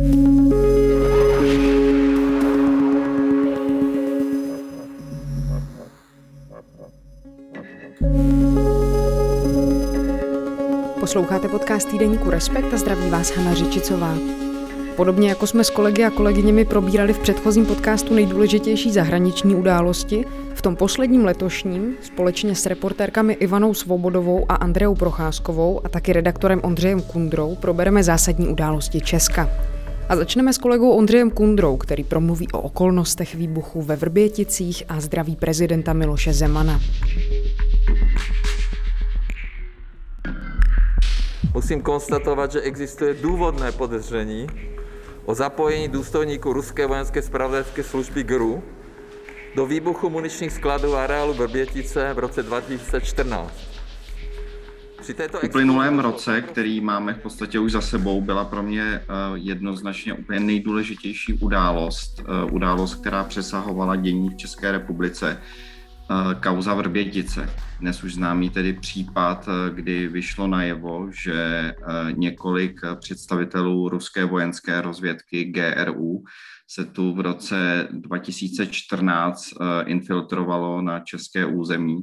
Posloucháte podcast týdeníku Respekt a zdraví vás Hana Řičicová. Podobně jako jsme s kolegy a kolegyněmi probírali v předchozím podcastu nejdůležitější zahraniční události, v tom posledním letošním společně s reportérkami Ivanou Svobodovou a Andreou Procházkovou a taky redaktorem Ondřejem Kundrou probereme zásadní události Česka. A začneme s kolegou Ondřejem Kundrou, který promluví o okolnostech výbuchu ve Vrběticích a zdraví prezidenta Miloše Zemana. Musím konstatovat, že existuje důvodné podezření o zapojení důstojníků ruské vojenské zpravodajské služby GRU do výbuchu muničních skladů areálu Vrbětice v roce 2014. V uplynulém roce, který máme v podstatě už za sebou, byla pro mě jednoznačně úplně nejdůležitější událost, která přesahovala dění v České republice. Kauza Vrbětice. Dnes už známý tedy případ, kdy vyšlo najevo, že několik představitelů ruské vojenské rozvědky GRU se tu v roce 2014 infiltrovalo na české území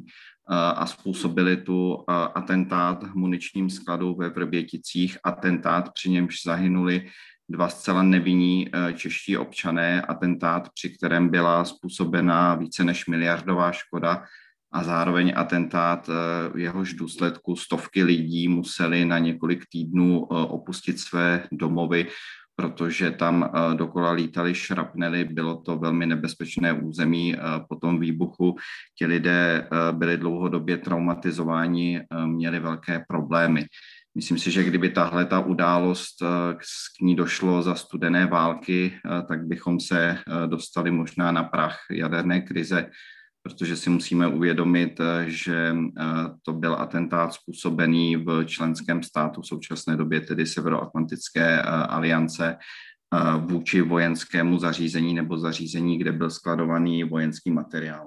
a způsobili tu atentát v muničním skladu ve Vrběticích, atentát, při němž zahynuli dva zcela nevinní čeští občané, atentát, při kterém byla způsobena více než miliardová škoda a zároveň atentát, v jehož důsledku stovky lidí museli na několik týdnů opustit své domovy, protože tam dokola lítaly šrapnely, bylo to velmi nebezpečné území. Po tom výbuchu ti lidé byli dlouhodobě traumatizováni, měli velké problémy. Myslím si, že kdyby tahle ta událost k ní došlo za studené války, tak bychom se dostali možná na prah jaderné krize, protože si musíme uvědomit, že to byl atentát způsobený v členském státu v současné době, tedy Severoatlantické aliance, vůči vojenskému zařízení nebo zařízení, kde byl skladovaný vojenský materiál.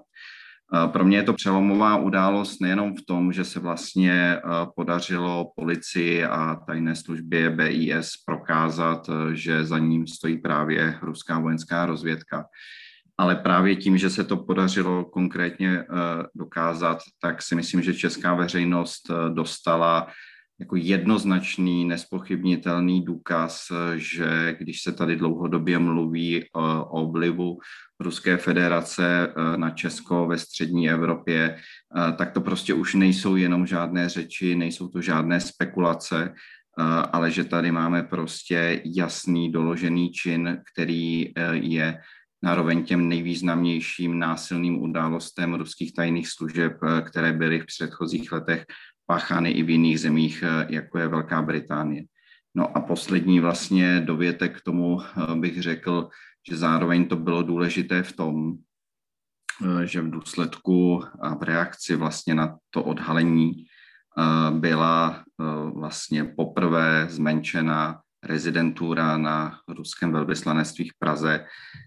Pro mě je to přelomová událost nejenom v tom, že se vlastně podařilo policii a tajné službě BIS prokázat, že za ním stojí právě ruská vojenská rozvědka, ale právě tím, že se to podařilo konkrétně dokázat, tak si myslím, že česká veřejnost dostala jako jednoznačný, nespochybnitelný důkaz, že když se tady dlouhodobě mluví o vlivu Ruské federace na Česko ve střední Evropě, tak to prostě už nejsou jenom žádné řeči, nejsou to žádné spekulace, ale že tady máme prostě jasný doložený čin, který je nároveň těm nejvýznamnějším násilným událostem ruských tajných služeb, které byly v předchozích letech páchány i v jiných zemích, jako je Velká Británie. No a poslední vlastně dovětek k tomu bych řekl, že zároveň to bylo důležité v tom, že v důsledku a v reakci vlastně na to odhalení byla vlastně poprvé zmenšena rezidentura na ruském velvyslanectví v Praze,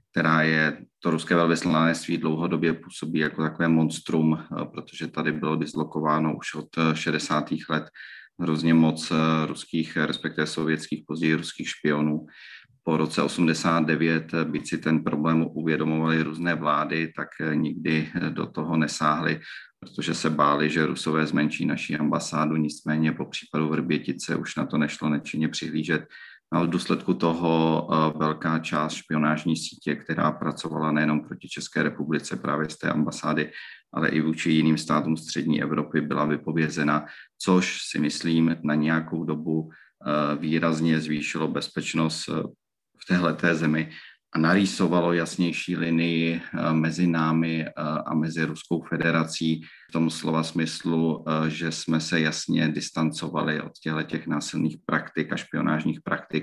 to ruské velvyslanectví dlouhodobě působí jako takové monstrum, protože tady bylo dislokováno už od 60. let hrozně moc ruských, respektive sovětských, později ruských špionů. Po roce 89, byť si ten problém uvědomovaly různé vlády, tak nikdy do toho nesáhly, protože se báli, že Rusové zmenší naši ambasádu, nicméně po případu Vrbětice už na to nešlo nečinně přihlížet. A v důsledku toho velká část špionážní sítě, která pracovala nejenom proti České republice právě z té ambasády, ale i vůči jiným státům střední Evropy, byla vypovězena, což si myslím na nějakou dobu výrazně zvýšilo bezpečnost v téhleté zemi a narýsovalo jasnější linii mezi námi a mezi Ruskou federací v tom slova smyslu, že jsme se jasně distancovali od těch násilných praktik a špionážních praktik.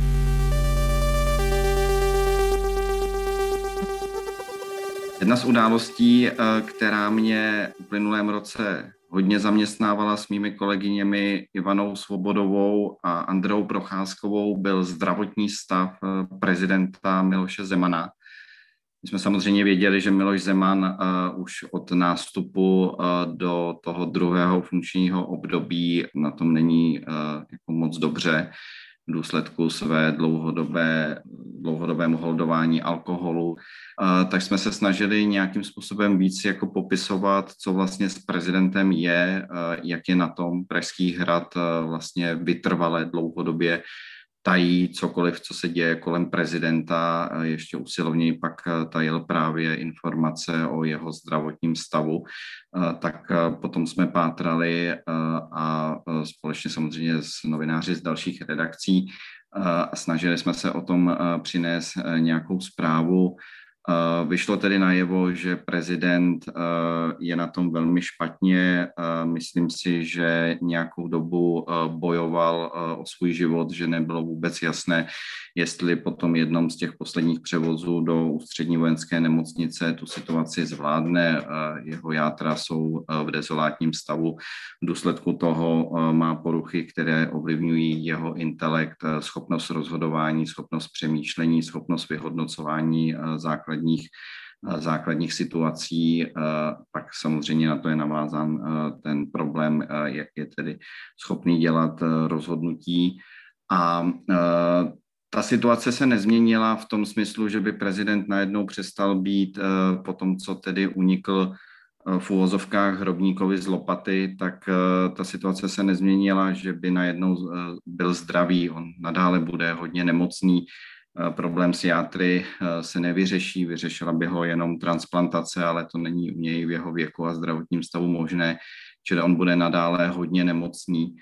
Jedna z událostí, která mě v uplynulém roce hodně zaměstnávala s mými kolegyněmi Ivanou Svobodovou a Andreou Procházkovou, byl zdravotní stav prezidenta Miloše Zemana. My jsme samozřejmě věděli, že Miloš Zeman už od nástupu do toho druhého funkčního období na tom není jako moc dobře. v důsledku své dlouhodobému holdování alkoholu, tak jsme se snažili nějakým způsobem víc jako popisovat, co vlastně s prezidentem je, jak je na tom. Pražský hrad vlastně vytrvale dlouhodobě tají cokoliv, co se děje kolem prezidenta. Ještě usilovněji pak tajil právě informace o jeho zdravotním stavu. Tak potom jsme pátrali a společně samozřejmě s novináři z dalších redakcí a snažili jsme se o tom přinést nějakou zprávu. Vyšlo tedy najevo, že prezident je na tom velmi špatně. Myslím si, že nějakou dobu bojoval o svůj život, že nebylo vůbec jasné, jestli po tom jednom z těch posledních převozů do ústřední vojenské nemocnice tu situaci zvládne. Jeho játra jsou v dezolátním stavu. V důsledku toho má poruchy, které ovlivňují jeho intelekt, schopnost rozhodování, schopnost přemýšlení, schopnost vyhodnocování základních situací. Pak samozřejmě na to je navázán ten problém, jak je tedy schopný dělat rozhodnutí. A ta situace se nezměnila v tom smyslu, že by prezident najednou přestal být po tom, co tedy unikl v uvozovkách hrobníkovi z lopaty, tak ta situace se nezměnila, že by najednou byl zdravý. On nadále bude hodně nemocný. Problém s játry se nevyřeší, vyřešila by ho jenom transplantace, ale to není u něj v jeho věku a zdravotním stavu možné, čili on bude nadále hodně nemocný.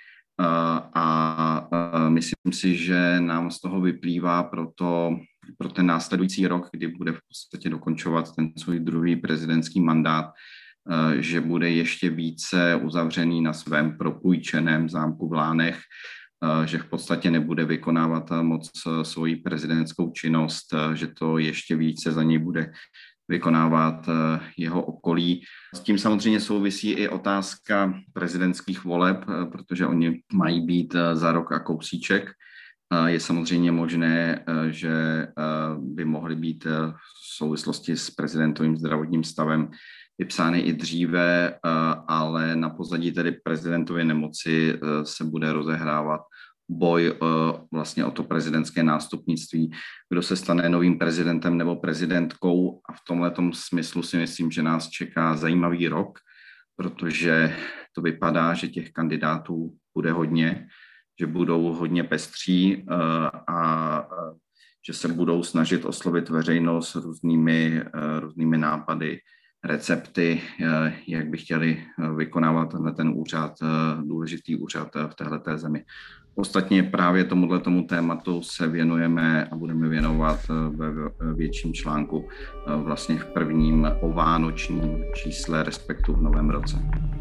A myslím si, že nám z toho vyplývá pro ten následující rok, kdy bude v podstatě dokončovat ten svůj druhý prezidentský mandát, že bude ještě více uzavřený na svém propůjčeném zámku v Lánech, že v podstatě nebude vykonávat moc svoji prezidentskou činnost, že to ještě více za něj bude vykonávat jeho okolí. S tím samozřejmě souvisí i otázka prezidentských voleb, protože oni mají být za rok a kousíček. Je samozřejmě možné, že by mohly být v souvislosti s prezidentovým zdravotním stavem vypsány i dříve, ale na pozadí tedy prezidentovy nemoci se bude rozehrávat boj vlastně o to prezidentské nástupnictví, kdo se stane novým prezidentem nebo prezidentkou, a v tomhletom smyslu si myslím, že nás čeká zajímavý rok, protože to vypadá, že těch kandidátů bude hodně, že budou hodně pestří a že se budou snažit oslovit veřejnost různými nápady, recepty, jak by chtěli vykonávat ten úřad, důležitý úřad v téhleté zemi. Ostatně právě tomu tématu se věnujeme a budeme věnovat ve větším článku vlastně v prvním vánočním čísle Respektu v novém roce.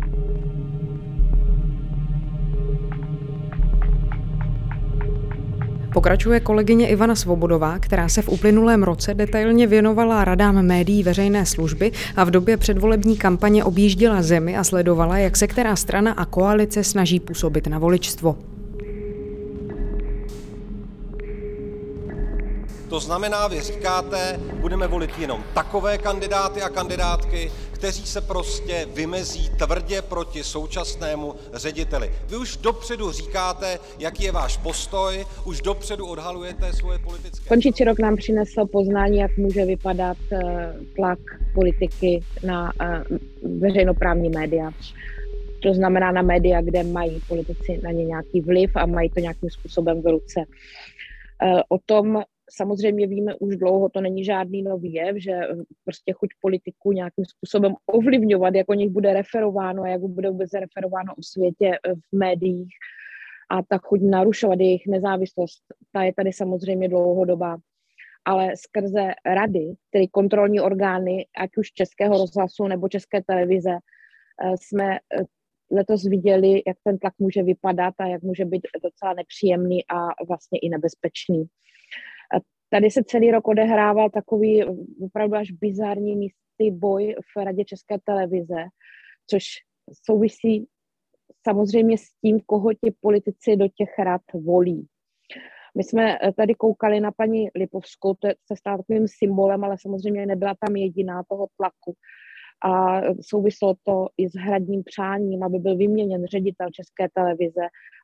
Pokračuje kolegyně Ivana Svobodová, která se v uplynulém roce detailně věnovala radám médií veřejné služby a v době předvolební kampaně objížděla zemi a sledovala, jak se která strana a koalice snaží působit na voličstvo. To znamená, vy říkáte, budeme volit jenom takové kandidáty a kandidátky, kteří se prostě vymezí tvrdě proti současnému řediteli. Vy už dopředu říkáte, jaký je váš postoj, už dopředu odhalujete svoje politické... Končící rok nám přinesl poznání, jak může vypadat tlak politiky na veřejnoprávní média. To znamená na média, kde mají politici na ně nějaký vliv a mají to nějakým způsobem v ruce. O tom samozřejmě víme už dlouho, to není žádný nový jev, že prostě chuť politiků nějakým způsobem ovlivňovat, jak o nich bude referováno a jak bude vůbec referováno o světě v médiích a ta chuť narušovat jejich nezávislost, ta je tady samozřejmě dlouhodobá. Ale skrze rady, tedy kontrolní orgány, ať už Českého rozhlasu nebo České televize, jsme letos viděli, jak ten tlak může vypadat a jak může být docela nepříjemný a vlastně i nebezpečný. Tady se celý rok odehrával takový opravdu až bizarní místní boj v Radě České televize, což souvisí samozřejmě s tím, koho ti politici do těch rad volí. My jsme tady koukali na paní Lipovskou, to se stala takovým symbolem, ale samozřejmě nebyla tam jediná toho tlaku. A souvislo to i s hradním přáním, aby byl vyměněn ředitel České televize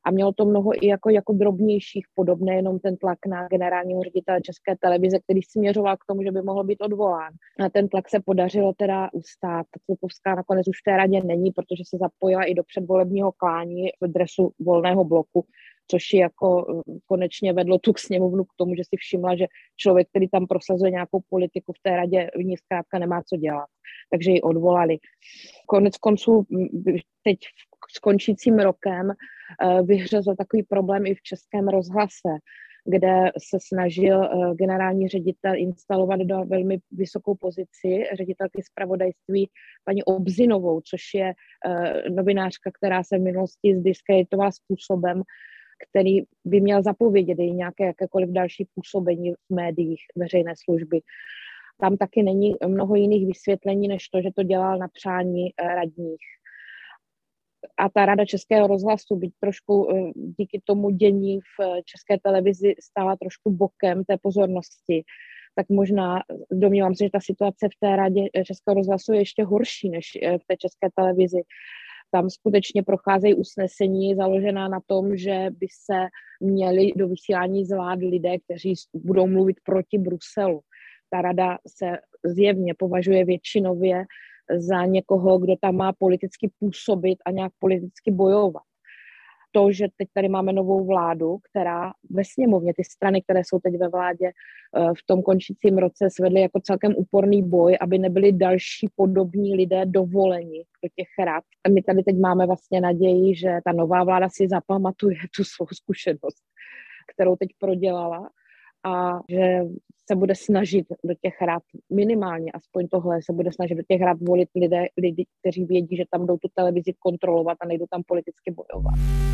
A mělo to mnoho i jako drobnějších podob, nejenom ten tlak na generálního ředitele České televize, který směřoval k tomu, že by mohl být odvolán. A ten tlak se podařilo teda ustát. Klipovská nakonec už v té radě není, protože se zapojila i do předvolebního klání v dresu Volného bloku, což ji jako konečně vedlo tu sněmovnu k tomu, že si všimla, že člověk, který tam prosazuje nějakou politiku v té radě, v ní zkrátka nemá co dělat. Takže ji odvolali. Konec konců teď s končícím rokem vyhřezl takový problém i v Českém rozhlase, kde se snažil generální ředitel instalovat do velmi vysokou pozici ředitelky zpravodajství paní Obzinovou, což je novinářka, která se v minulosti zdiskreditovala způsobem, který by měl zapovědět i nějaké jakékoliv další působení v médiích veřejné služby. Tam taky není mnoho jiných vysvětlení, než to, že to dělal na přání radních. A ta Rada Českého rozhlasu, byť trošku díky tomu dění v České televizi stála trošku bokem té pozornosti, tak možná domnívám se, že ta situace v té Radě Českého rozhlasu je ještě horší než v té České televizi. Tam skutečně procházejí usnesení založená na tom, že by se měli do vysílání zvát lidé, kteří budou mluvit proti Bruselu. Ta rada se zjevně považuje většinově za někoho, kdo tam má politicky působit a nějak politicky bojovat. To, že teď tady máme novou vládu, která ve sněmovně, ty strany, které jsou teď ve vládě v tom končícím roce, svedly jako celkem úporný boj, aby nebyli další podobní lidé dovoleni do těch rad. A my tady teď máme vlastně naději, že ta nová vláda si zapamatuje tu svou zkušenost, kterou teď prodělala, a že se bude snažit do těch rad, minimálně aspoň tohle, se bude snažit do těch rad volit lidi, kteří vědí, že tam jdou tu televizi kontrolovat a nejdou tam politicky bojovat.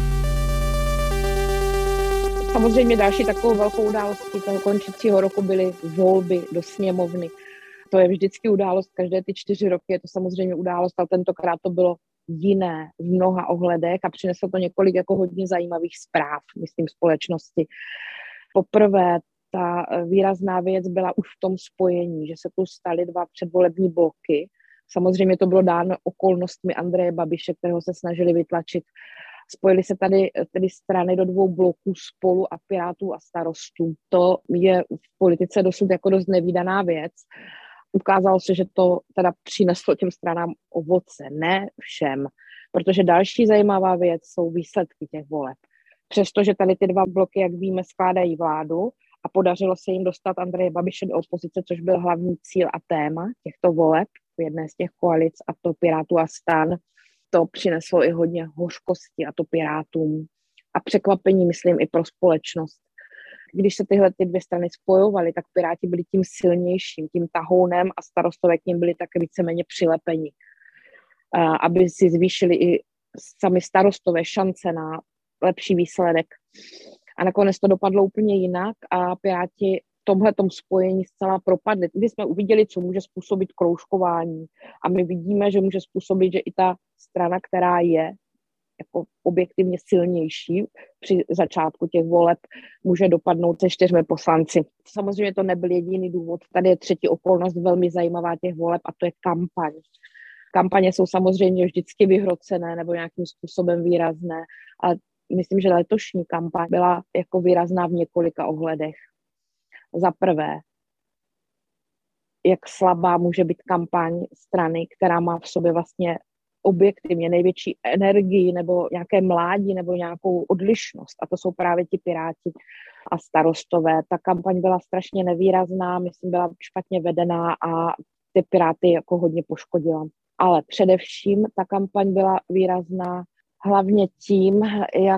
Samozřejmě další takovou velkou událostí toho končícího roku byly volby do sněmovny. To je vždycky událost, každé ty 4 roky je to samozřejmě událost, ale tentokrát to bylo jiné v mnoha ohledech a přineslo to několik jako hodně zajímavých zpráv, myslím, společnosti. Poprvé ta výrazná věc byla už v tom spojení, že se tu staly 2 předvolební bloky. Samozřejmě to bylo dáno okolnostmi Andreje Babiše, kterého se snažili vytlačit. Spojily se tady strany do 2 bloků Spolu a Pirátů a Starostů. To je v politice dosud jako dost nevídaná věc. Ukázalo se, že to teda přineslo těm stranám ovoce, ne všem, protože další zajímavá věc jsou výsledky těch voleb. Přestože tady ty 2 bloky, jak víme, skládají vládu a podařilo se jim dostat Andreje Babiše do opozice, což byl hlavní cíl a téma těchto voleb v jedné z těch koalic, a to Pirátů a STAN, to přineslo i hodně hořkosti, a to Pirátům, a překvapení, myslím, i pro společnost. Když se tyhle ty 2 strany spojovaly, tak Piráti byli tím silnějším, tím tahounem, a Starostové k nim byli také víceméně přilepeni, aby si zvýšili i sami Starostové šance na lepší výsledek. A nakonec to dopadlo úplně jinak a Piráti v tomhletom spojení zcela propadli. Když jsme uviděli, co může způsobit kroužkování, a my vidíme, že může způsobit, že i ta strana, která je jako objektivně silnější při začátku těch voleb, může dopadnout se 4 poslanci. Samozřejmě to nebyl jediný důvod. Tady je třetí okolnost velmi zajímavá těch voleb, a to je kampaň. Kampaně jsou samozřejmě vždycky vyhrocené nebo nějakým způsobem výrazné, ale myslím, že letošní kampaň byla jako výrazná v několika ohledech. Za prvé, jak slabá může být kampaň strany, která má v sobě vlastně objektivně největší energii nebo nějaké mládí nebo nějakou odlišnost. A to jsou právě ti Piráti a Starostové. Ta kampaň byla strašně nevýrazná, myslím, byla špatně vedená a ty Piráty jako hodně poškodila. Ale především ta kampaň byla výrazná hlavně tím, jak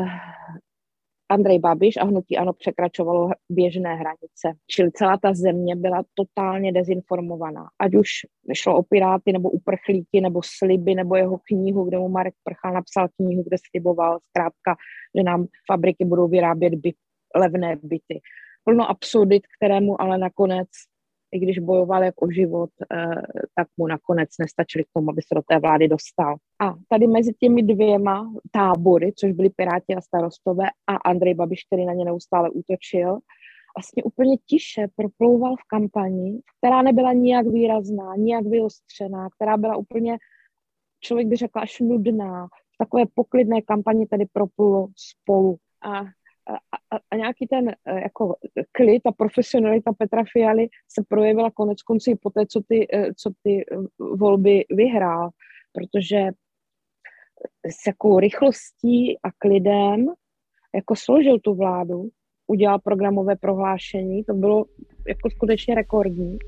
Andrej Babiš a hnutí ANO překračovalo běžné hranice. Čili celá ta země byla totálně dezinformovaná. Ať už šlo o Piráty, nebo uprchlíky, nebo sliby, nebo jeho knihu, kde mu Marek Prchal napsal knihu, kde sliboval zkrátka, že nám fabriky budou vyrábět levné byty. Plno absurdit, kterému ale nakonec, i když bojoval jak o život, tak mu nakonec nestačili k tomu, aby se do té vlády dostal. A tady mezi těmi 2 tábory, což byli Piráti a Starostové, a Andrej Babiš, který na ně neustále útočil, vlastně úplně tiše proplouval v kampani, která nebyla nijak výrazná, nijak vyostřená, která byla úplně, člověk by řekl, až nudná. takové poklidné kampani tady proplulo Spolu. A nějaký ten jako klid a profesionalita Petra Fialy se projevila koneckonců i poté, co ty volby vyhrál, protože s jakou rychlostí a klidem jako složil tu vládu, udělal programové prohlášení, to bylo jako skutečně rekordní.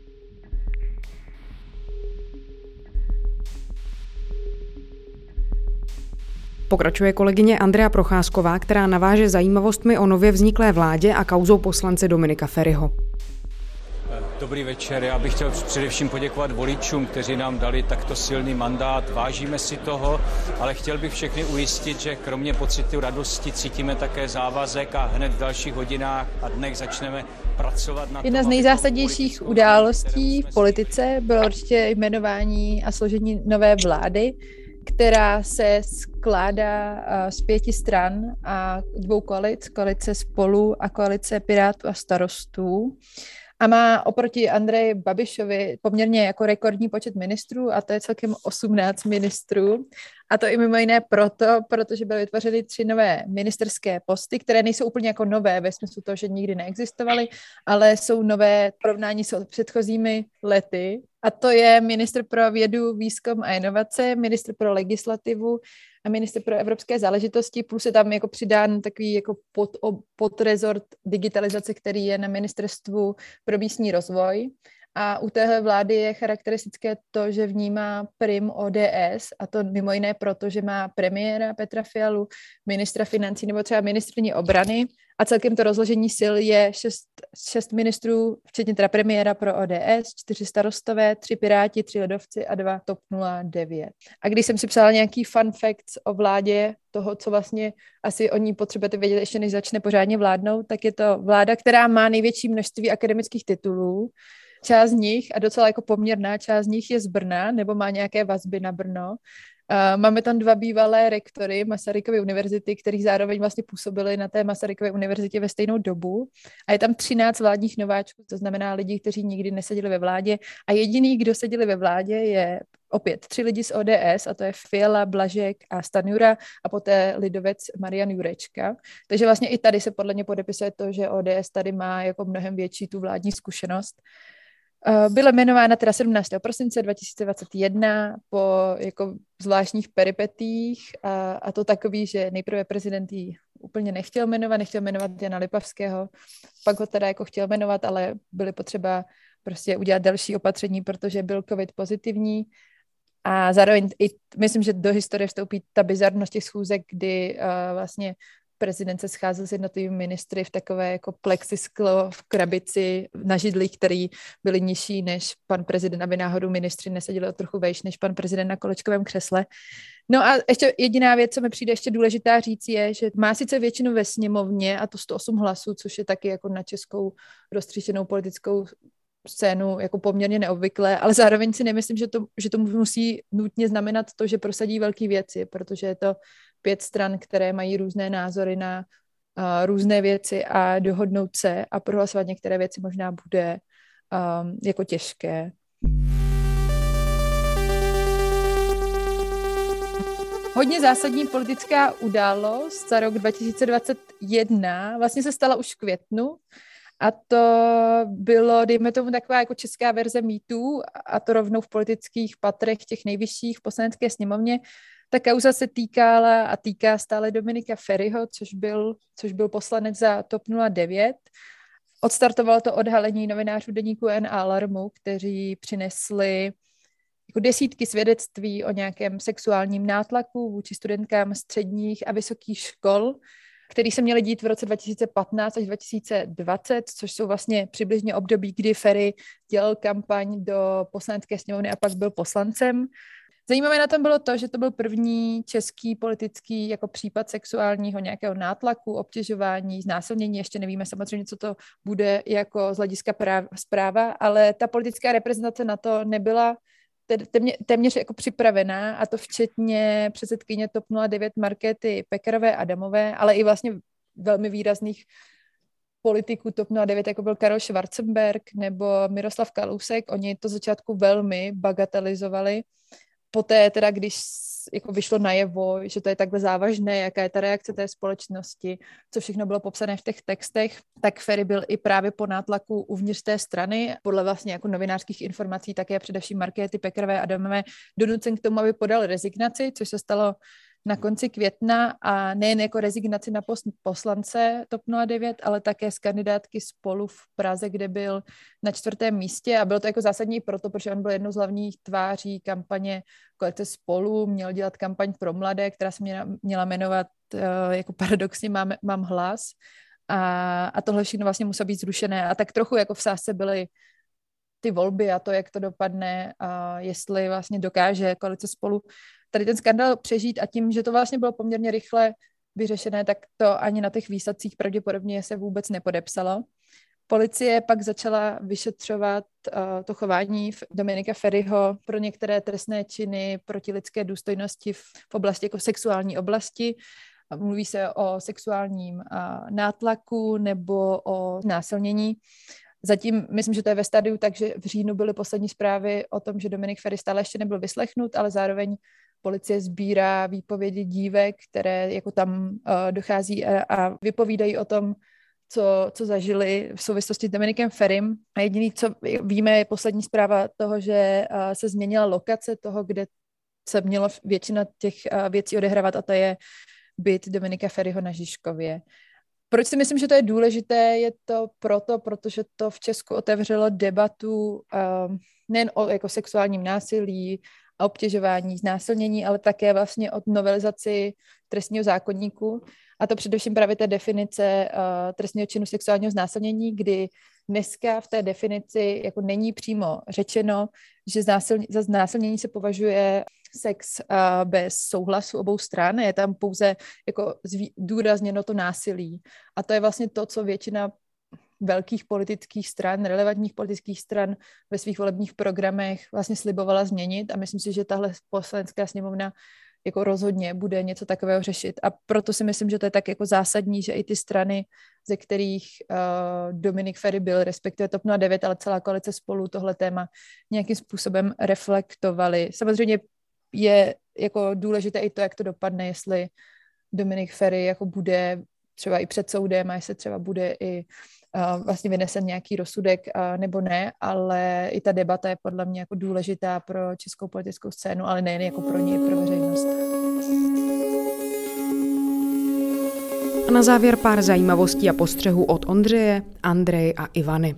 Pokračuje kolegyně Andrea Procházková, která naváže zajímavostmi o nově vzniklé vládě a kauzou poslance Dominika Feriho. Dobrý večer, já bych chtěl především poděkovat voličům, kteří nám dali takto silný mandát. Vážíme si toho, ale chtěl bych všechny ujistit, že kromě pocitu radosti cítíme také závazek a hned v dalších hodinách a dnech začneme pracovat na tom. Jedna z nejzásadnějších událostí v politice bylo určitě jmenování a složení nové vlády, která se skládá z 5 stran a 2 koalic, koalice Spolu a koalice Pirátů a Starostů. A má oproti Andreji Babišovi poměrně jako rekordní počet ministrů, a to je celkem 18 ministrů. A to i mimo jiné protože byly vytvořeny 3 nové ministerské posty, které nejsou úplně jako nové ve smyslu toho, že nikdy neexistovaly, ale jsou nové v porovnání s předchozími lety. A to je ministr pro vědu, výzkum a inovace, ministr pro legislativu a ministr pro evropské záležitosti, plus je tam jako přidán takový jako podrezort digitalizace, který je na ministerstvu pro místní rozvoj. A u téhle vlády je charakteristické to, že v ní má prim ODS, a to mimo jiné proto, že má premiéra Petra Fialu, ministra financí nebo třeba ministryni obrany, a celkem to rozložení sil je 6 ministrů, včetně teda premiéra pro ODS, 4 starostové, 3 Piráti, 3 lidovci a 2 TOP 09. A když jsem si psala nějaký fun facts o vládě, toho, co vlastně asi o ní potřebujete vědět ještě než začne pořádně vládnout, tak je to vláda, která má největší množství akademických titulů. Část z nich, a docela jako poměrná část z nich je z Brna, nebo má nějaké vazby na Brno. Máme tam 2 bývalé rektory Masarykovy univerzity, kteří zároveň vlastně působili na té Masarykově univerzitě ve stejnou dobu. A je tam 13 vládních nováčků, to znamená lidi, kteří nikdy neseděli ve vládě. A jediný, kdo seděli ve vládě, je opět 3 lidi z ODS, a to je Fiala, Blažek a Stanjura, a poté lidovec Marian Jurečka. Takže vlastně i tady se podle mě podepisuje to, že ODS tady má jako mnohem větší tu vládní zkušenost. Byla jmenována teda 17. prosince 2021 po jako zvláštních peripetích a to takový, že nejprve prezident ji úplně nechtěl jmenovat Jana Lipavského, pak ho teda jako chtěl jmenovat, ale byly potřeba prostě udělat další opatření, protože byl covid pozitivní. A zároveň i myslím, že do historie vstoupí ta bizarnost těch schůzek, kdy vlastně prezident se scházel s jednotlivými ministry v takové jako plexisklo v krabici na židlích, které byly nižší než pan prezident, aby náhodou ministři neseděli o trochu vejš než pan prezident na kolečkovém křesle. No a ještě jediná věc, co mi přijde ještě důležitá říct, je, že má sice většinu ve sněmovně, a to 108 hlasů, což je taky jako na českou roztříštěnou politickou scénu jako poměrně neobvyklé, ale zároveň si nemyslím, že to musí nutně znamenat to, že prosadí velké věci, protože je to 5 stran, které mají různé názory na různé věci a dohodnout se a prohlasovat některé věci možná bude jako těžké. Hodně zásadní politická událost za rok 2021 vlastně se stala už v květnu, a to bylo, dejme tomu, taková jako česká verze mýtů, a to rovnou v politických patrech těch nejvyšších v Poslanecké sněmovně. Ta kauza se týkala a týká stále Dominika Feriho, což byl poslanec za TOP 09. Odstartovalo to odhalení novinářů deníku N a Alarmu, kteří přinesli jako desítky svědectví o nějakém sexuálním nátlaku vůči studentkám středních a vysokých škol, který se měly dít v roce 2015 až 2020, což jsou vlastně přibližně období, kdy Feri dělal kampaň do Poslanecké sněmovny a pak byl poslancem. Zajímavé na tom bylo to, že to byl první český politický jako případ sexuálního nějakého nátlaku, obtěžování, znásilnění. Ještě nevíme samozřejmě, co to bude jako z hlediska zpráva, ale ta politická reprezentace na to nebyla téměř jako připravená, a to včetně předsedkyně TOP 09 Markéty Pekarové Adamové, ale i vlastně velmi výrazných politiků TOP 09, jako byl Karel Schwarzenberg nebo Miroslav Kalousek. Oni to začátku velmi bagatelizovali poté teda, když jako vyšlo najevo, že to je takhle závažné, jaká je ta reakce té společnosti, co všechno bylo popsané v těch textech, tak Feri byl i právě po nátlaku uvnitř té strany. Podle vlastně jako novinářských informací také především Markéty Pekarové Adamové donucen k tomu, aby podal rezignaci, což se stalo na konci května a nejen jako rezignaci na post poslance TOP 09, ale také z kandidátky Spolu v Praze, kde byl na 4. místě a bylo to jako zásadní proto, protože on byl jednou z hlavních tváří kampaně koalice Spolu, měl dělat kampaň pro mladé, která se měla jmenovat jako paradoxně mám hlas a tohle všechno vlastně muselo být zrušené a tak trochu jako v sázce byly ty volby a to, jak to dopadne a jestli vlastně dokáže koalice Spolu tady ten skandál přežít a tím, že to vlastně bylo poměrně rychle vyřešené, tak to ani na těch výsledcích pravděpodobně se vůbec nepodepsalo. Policie pak začala vyšetřovat to chování Dominika Feriho pro některé trestné činy proti lidské důstojnosti v oblasti jako sexuální oblasti. Mluví se o sexuálním nátlaku nebo o násilnění. Zatím myslím, že to je ve stadiu, takže v říjnu byly poslední zprávy o tom, že Dominik Feri stále ještě nebyl vyslechnut, ale zároveň policie sbírá výpovědi dívek, které jako tam dochází a vypovídají o tom, co zažili v souvislosti s Dominikem Ferim. A jediný, co víme, je poslední zpráva toho, že se změnila lokace toho, kde se mělo většina těch věcí odehrávat a to je byt Dominika Feriho na Žižkově. Proč si myslím, že to je důležité? Je to protože to v Česku otevřelo debatu nejen o jako sexuálním násilí a obtěžování, znásilnění, ale také vlastně o novelizaci trestního zákoníku. A to především právě té definice trestního činu sexuálního znásilnění, kdy dneska v té definici jako není přímo řečeno, že za znásilnění se považuje sex bez souhlasu obou stran, je tam pouze jako důrazněno to násilí. A to je vlastně to, co většina velkých politických stran, relevantních politických stran ve svých volebních programech vlastně slibovala změnit a myslím si, že tahle poslanecká sněmovna jako rozhodně bude něco takového řešit. A proto si myslím, že to je tak jako zásadní, že i ty strany, ze kterých Dominik Feri byl, respektive TOP 09, ale celá koalice Spolu tohle téma nějakým způsobem reflektovaly. Samozřejmě je jako důležité i to, jak to dopadne, jestli Dominik Feri jako bude třeba i před soudem a jestli třeba bude i vlastně vynesen nějaký rozsudek nebo ne, ale i ta debata je podle mě jako důležitá pro českou politickou scénu, ale nejen jako pro ní, pro veřejnost. A na závěr pár zajímavostí a postřehů od Ondřeje, Andreje a Ivany.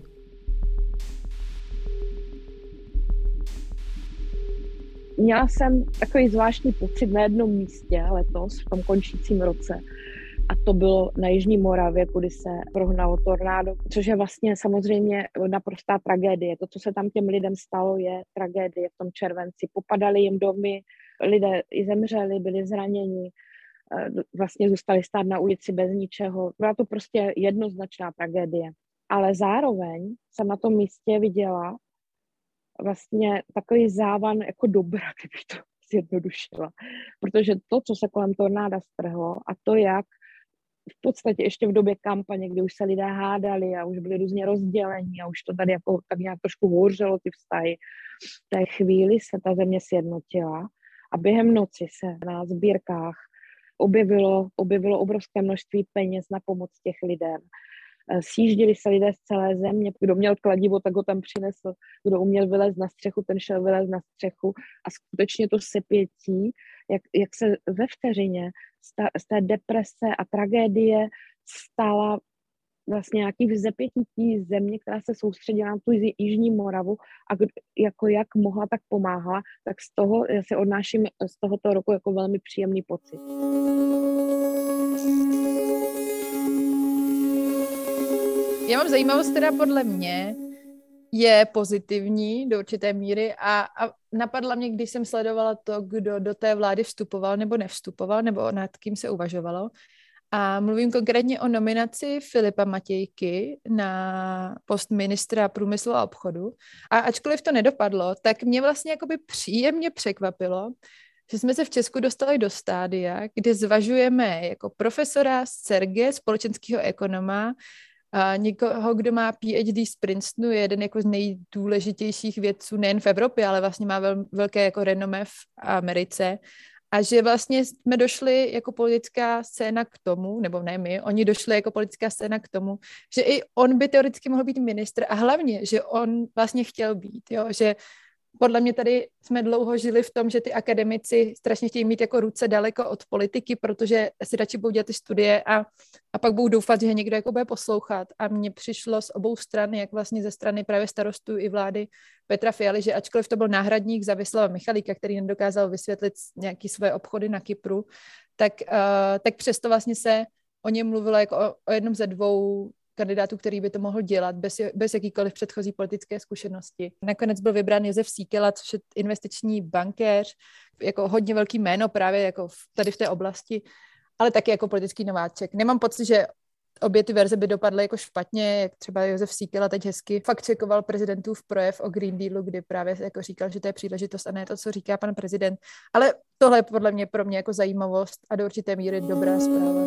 Měla jsem takový zvláštní pocit na jednom místě letos, v tom končícím roce. A to bylo na Jižní Moravě, kudy se prohnalo tornádo, což je vlastně samozřejmě naprostá tragédie. To, co se tam těm lidem stalo, je tragédie v tom červenci. Popadaly jim domy, lidé i zemřeli, byli zraněni, vlastně zůstali stát na ulici bez ničeho. Byla to prostě jednoznačná tragédie. Ale zároveň jsem na tom místě viděla vlastně takový závan jako dobra, kdybych to zjednodušila. Protože to, co se kolem tornáda strhlo a to, jak v podstatě ještě v době kampaně, kdy už se lidé hádali a už byli různě rozdělení a už to tady jako tak nějak trošku houřelo ty vztahy, v té chvíli se ta země sjednotila a během noci se na sbírkách objevilo obrovské množství peněz na pomoc těch lidem. Sjížděli se lidé z celé země, kdo měl kladivo, tak ho tam přinesl, kdo uměl vylézt na střechu, ten šel vylézt na střechu a skutečně to sepětí, jak se ve vteřině z té deprese a tragédie stala vlastně nějaký vzepětí té země, která se soustředila na tu Jižní Moravu a jako jak mohla, tak pomáhala, tak z toho já si odnáším z tohoto roku jako velmi příjemný pocit. Já mám zajímavost, teda podle mě je pozitivní do určité míry a napadla mě, když jsem sledovala to, kdo do té vlády vstupoval nebo nevstupoval, nebo nad kým se uvažovalo. A mluvím konkrétně o nominaci Filipa Matějky na post ministra průmyslu a obchodu. A ačkoliv to nedopadlo, tak mě vlastně jakoby příjemně překvapilo, že jsme se v Česku dostali do stádia, kde zvažujeme jako profesora z CERGE, společenského ekonoma, někoho, kdo má PhD z Princetonu, je jeden jako z nejdůležitějších vědců nejen v Evropě, ale vlastně má velké jako renomé v Americe. A že vlastně jsme došli jako politická scéna k tomu, nebo ne my, oni došli jako politická scéna k tomu, že i on by teoreticky mohl být ministr a hlavně, že on vlastně chtěl být, jo, že podle mě tady jsme dlouho žili v tom, že ty akademici strašně chtějí mít jako ruce daleko od politiky, protože si radši budou dělat ty studie a pak budou doufat, že někdo jako bude poslouchat. A mně přišlo z obou stran, jak vlastně ze strany právě starostů i vlády Petra Fialy, že ačkoliv to byl náhradník za Věslava Michalíka, který nedokázal vysvětlit nějaké své obchody na Kypru, tak přesto vlastně se o něm mluvilo jako o jednom ze dvou kandidátů, který by to mohl dělat bez jakýkoliv předchozí politické zkušenosti. Nakonec byl vybrán Josef Síkela, což je investiční bankéř, jako hodně velký jméno právě jako tady v té oblasti, ale taky jako politický nováček. Nemám pocit, že obě ty verze by dopadly jako špatně, jak třeba Josef Síkela teď hezky fakt čekoval prezidentův projev o Green Dealu, kdy právě jako říkal, že to je příležitost a ne to, co říká pan prezident. Ale tohle je podle mě pro mě jako zajímavost a do určité míry dobrá zpráva.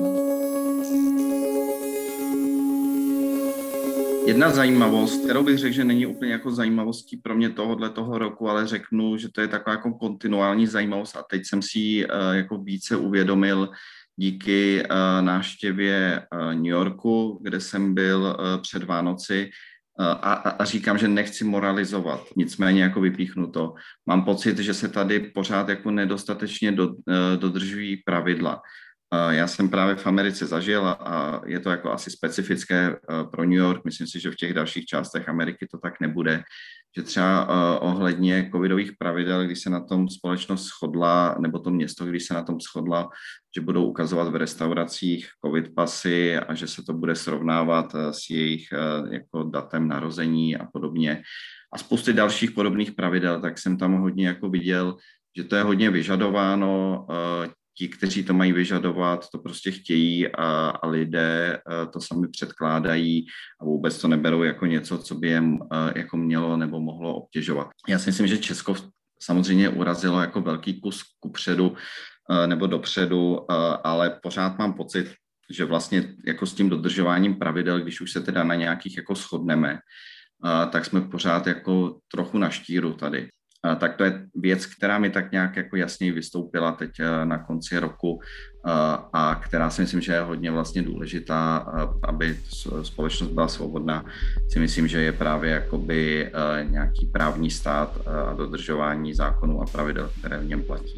Jedna zajímavost, kterou bych řekl, že není úplně jako zajímavostí pro mě toho roku, ale řeknu, že to je taková jako kontinuální zajímavost a teď jsem si ji jako více uvědomil díky návštěvě New Yorku, kde jsem byl před Vánoci a říkám, že nechci moralizovat, nicméně jako vypíchnu to. Mám pocit, že se tady pořád jako nedostatečně dodržují pravidla. Já jsem právě v Americe zažil a je to jako asi specifické pro New York. Myslím si, že v těch dalších částech Ameriky to tak nebude. Že třeba ohledně covidových pravidel, když se na tom společnost shodla, nebo to město, když se na tom shodla, že budou ukazovat v restauracích covid pasy a že se to bude srovnávat s jejich jako datem narození a podobně. A spousty dalších podobných pravidel, tak jsem tam hodně jako viděl, že to je hodně vyžadováno. Ti, kteří to mají vyžadovat, to prostě chtějí a lidé to sami předkládají a vůbec to neberou jako něco, co by jim jako mělo nebo mohlo obtěžovat. Já si myslím, že Česko samozřejmě urazilo jako velký kus kupředu nebo dopředu, ale pořád mám pocit, že vlastně jako s tím dodržováním pravidel, když už se teda na nějakých jako shodneme, tak jsme pořád jako trochu na štíru tady. Tak to je věc, která mi tak nějak jako jasněji vystoupila teď na konci roku a která si myslím, že je hodně vlastně důležitá, aby společnost byla svobodná. Si myslím, že je právě jakoby nějaký právní stát a dodržování zákonů a pravidel, které v něm platí.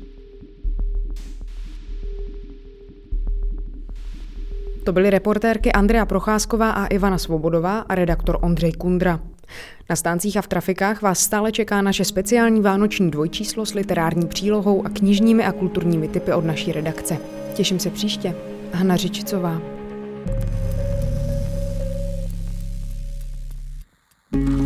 To byly reportérky Andrea Procházková a Ivana Svobodová a redaktor Ondřej Kundra. Na stáncích a v trafikách vás stále čeká naše speciální vánoční dvojčíslo s literární přílohou a knižními a kulturními tipy od naší redakce. Těším se příště. Hana Řičicová.